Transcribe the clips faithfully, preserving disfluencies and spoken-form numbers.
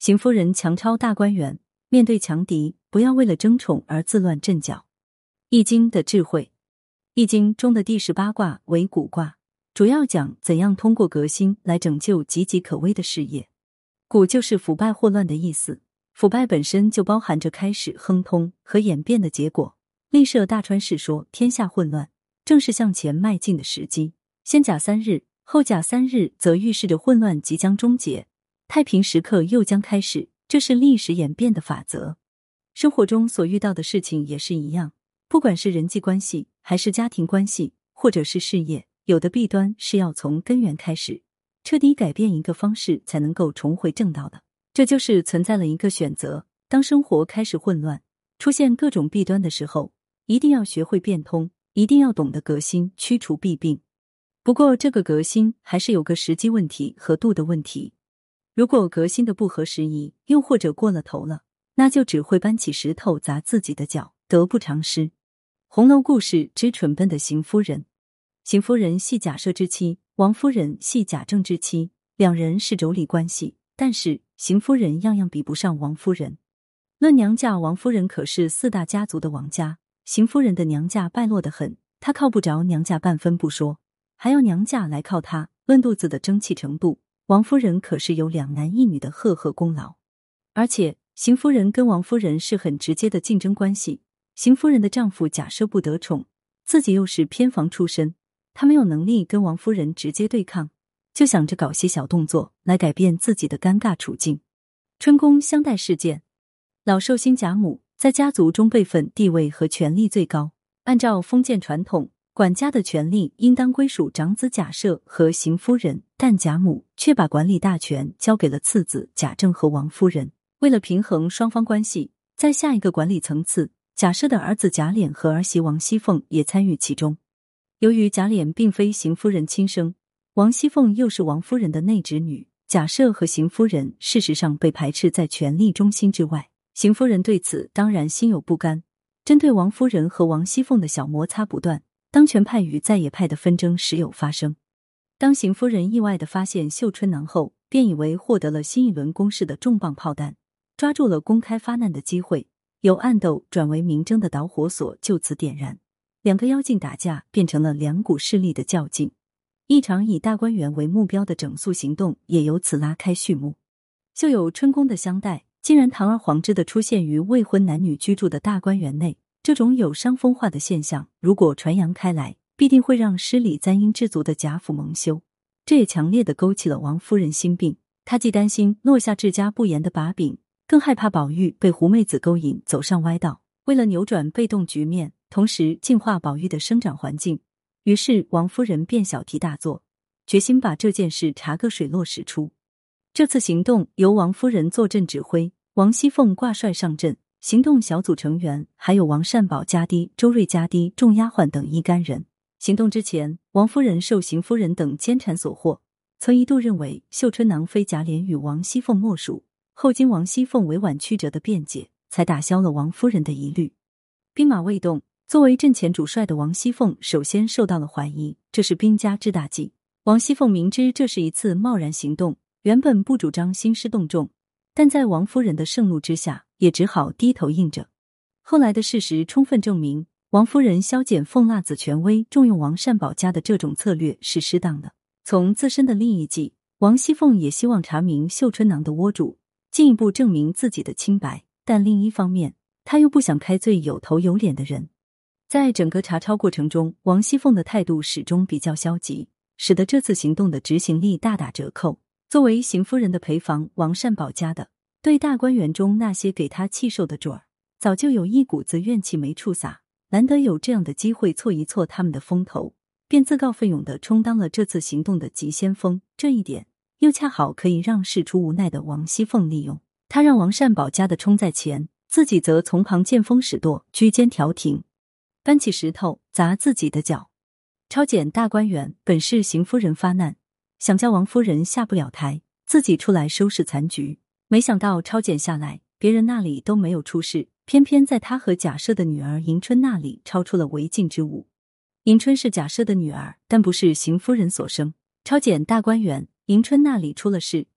邢夫人强抄大观园，面对强敌，不要为了争宠而自乱阵脚。易经的智慧。易经中的第十八卦为卜卦，主要讲怎样通过革新来拯救岌岌可危的事业。卜就是腐败祸乱的意思，腐败本身就包含着开始、亨通和演变的结果。历涉大川世说，天下混乱，正是向前迈进的时机。先甲三日，后甲三日，则预示着混乱即将终结，太平时刻又将开始，这是历史演变的法则。生活中所遇到的事情也是一样，不管是人际关系，还是家庭关系，或者是事业，有的弊端是要从根源开始，彻底改变一个方式才能够重回正道的。这就是存在了一个选择，当生活开始混乱，出现各种弊端的时候，一定要学会变通，一定要懂得革新，驱除弊病。不过这个革新还是有个时机问题和度的问题。如果革新的不合时宜，又或者过了头了，那就只会搬起石头砸自己的脚，得不偿失。红楼故事之蠢笨的邢夫人。邢夫人系贾赦之妻，王夫人系贾政之妻，两人是妯娌关系，但是邢夫人样样比不上王夫人。论娘家，王夫人可是四大家族的王家，邢夫人的娘家败落得很，她靠不着娘家半分不说，还要娘家来靠她。论肚子的争气程度，王夫人可是有两男一女的赫赫功劳。而且邢夫人跟王夫人是很直接的竞争关系，邢夫人的丈夫贾赦不得宠，自己又是偏房出身，她没有能力跟王夫人直接对抗，就想着搞些小动作来改变自己的尴尬处境。春宫相待事件。老寿星贾母在家族中辈分、地位和权力最高，按照封建传统，管家的权力应当归属长子贾赦和邢夫人，但贾母却把管理大权交给了次子贾政和王夫人。为了平衡双方关系，在下一个管理层次，贾赦的儿子贾琏和儿媳王熙凤也参与其中。由于贾琏并非邢夫人亲生，王熙凤又是王夫人的内侄女，贾赦和邢夫人事实上被排斥在权力中心之外。邢夫人对此当然心有不甘，针对王夫人和王熙凤的小摩擦不断，当权派与在野派的纷争时有发生。当邢夫人意外地发现绣春囊后，便以为获得了新一轮攻势的重磅炮弹，抓住了公开发难的机会，由暗斗转为明争的导火索就此点燃，两个妖精打架变成了两股势力的较劲，一场以大观园为目标的整肃行动也由此拉开序幕。绣有春宫的相待，竟然堂而皇之地出现于未婚男女居住的大观园内，这种有伤风化的现象，如果传扬开来，必定会让失礼簪缨之族的贾府蒙羞。这也强烈地勾起了王夫人心病，她既担心落下治家不严的把柄，更害怕宝玉被狐媚子勾引走上歪道。为了扭转被动局面，同时净化宝玉的生长环境，于是王夫人便小题大做，决心把这件事查个水落石出。这次行动由王夫人坐镇指挥，王熙凤挂帅上阵，行动小组成员还有王善保家弟、周瑞家弟、众丫鬟等一干人。行动之前，王夫人受邢夫人等奸产所惑，曾一度认为绣春囊非贾琏与王熙凤莫属，后经王熙凤委婉曲折的辩解，才打消了王夫人的疑虑。兵马未动，作为阵前主帅的王熙凤首先受到了怀疑，这是兵家之大忌。王熙凤明知这是一次贸然行动，原本不主张兴师动众，但在王夫人的盛怒之下，也只好低头应着。后来的事实充分证明，王夫人削减凤辣子权威，重用王善保家的这种策略是适当的。从自身的利益计，王熙凤也希望查明绣春囊的窝主，进一步证明自己的清白，但另一方面，她又不想开罪有头有脸的人。在整个查抄过程中，王熙凤的态度始终比较消极，使得这次行动的执行力大打折扣。作为邢夫人的陪房，王善保家的对大观园中那些给他气受的主儿，早就有一股子怨气没处撒，难得有这样的机会挫一挫他们的风头，便自告奋勇地充当了这次行动的急先锋。这一点又恰好可以让事出无奈的王熙凤利用，他让王善保家的冲在前，自己则从旁见风使舵，居间调停，搬起石头砸自己的脚。抄检大观园本是邢夫人发难，想叫王夫人下不了台，自己出来收拾残局，没想到抄检下来，别人那里都没有出事，偏偏在他和贾赦的女儿迎春那里抄出了违禁之物。迎春是贾赦的女儿，但不是邢夫人所生。抄检大观园，迎春那里出了事，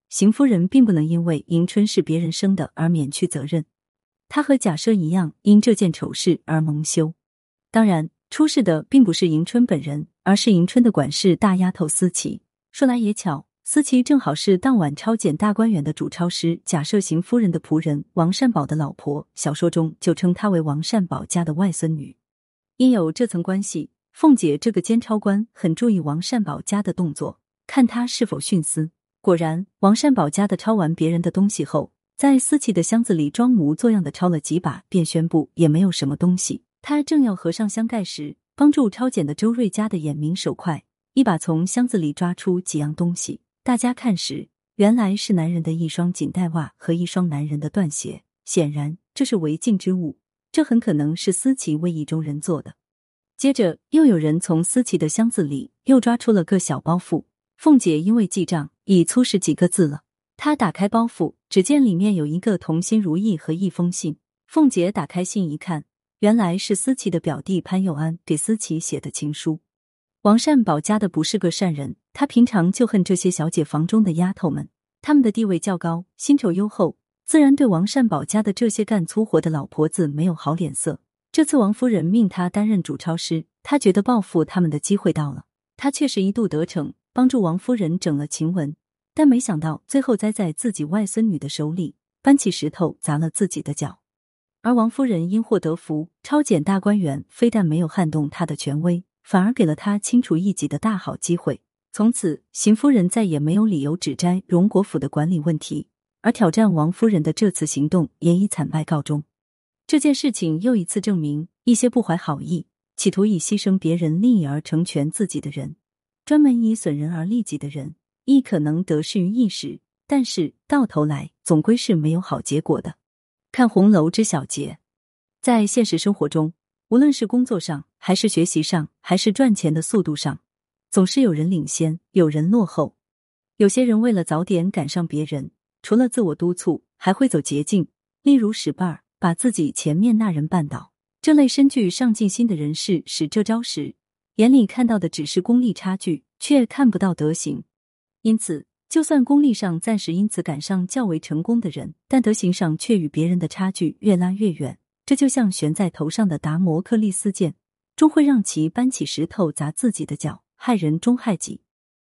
邢夫人并不能因为迎春是别人生的而免去责任，她和贾赦一样，因这件丑事而蒙羞。当然，出事的并不是迎春本人，而是迎春的管事大丫头思琪。说来也巧，思琪正好是当晚抄检大观园的主抄师贾赦邢夫人的仆人王善保的老婆，小说中就称她为王善保家的外孙女。因有这层关系，凤姐这个监抄官很注意王善保家的动作，看他是否徇私。果然，王善保家的抄完别人的东西后，在思琪的箱子里装模作样的抄了几把，便宣布也没有什么东西。他正要合上箱盖时，帮助抄检的周瑞家的眼明手快，一把从箱子里抓出几样东西。大家看时，原来是男人的一双锦带袜和一双男人的缎鞋，显然这是违禁之物，这很可能是思琪为意中人做的。接着又有人从思琪的箱子里又抓出了个小包袱，凤姐因为记账已粗识几个字了，她打开包袱，只见里面有一个同心如意和一封信。凤姐打开信一看，原来是思琪的表弟潘佑安给思琪写的情书。王善保家的不是个善人，他平常就恨这些小姐房中的丫头们，她们的地位较高，薪酬优厚，自然对王善保家的这些干粗活的老婆子没有好脸色。这次王夫人命他担任主抄师，他觉得报复他们的机会到了，他确实一度得逞，帮助王夫人整了晴雯，但没想到最后栽在自己外孙女的手里，搬起石头砸了自己的脚。而王夫人因祸得福，抄检大观园非但没有撼动她的权威，反而给了她清除异己的大好机会。从此，邢夫人再也没有理由指摘荣国府的管理问题，而挑战王夫人的这次行动也以惨败告终。这件事情又一次证明，一些不怀好意，企图以牺牲别人利益而成全自己的人，专门以损人而利己的人，亦可能得势于一时，但是到头来总归是没有好结果的。看红楼之小节，在现实生活中，无论是工作上，还是学习上，还是赚钱的速度上，总是有人领先，有人落后。有些人为了早点赶上别人，除了自我督促，还会走捷径，例如使绊儿，把自己前面那人绊倒。这类深具上进心的人士使这招时，眼里看到的只是功利差距，却看不到德行。因此，就算功利上暂时因此赶上较为成功的人，但德行上却与别人的差距越拉越远。这就像悬在头上的达摩克利斯剑，终会让其搬起石头砸自己的脚，害人终害己。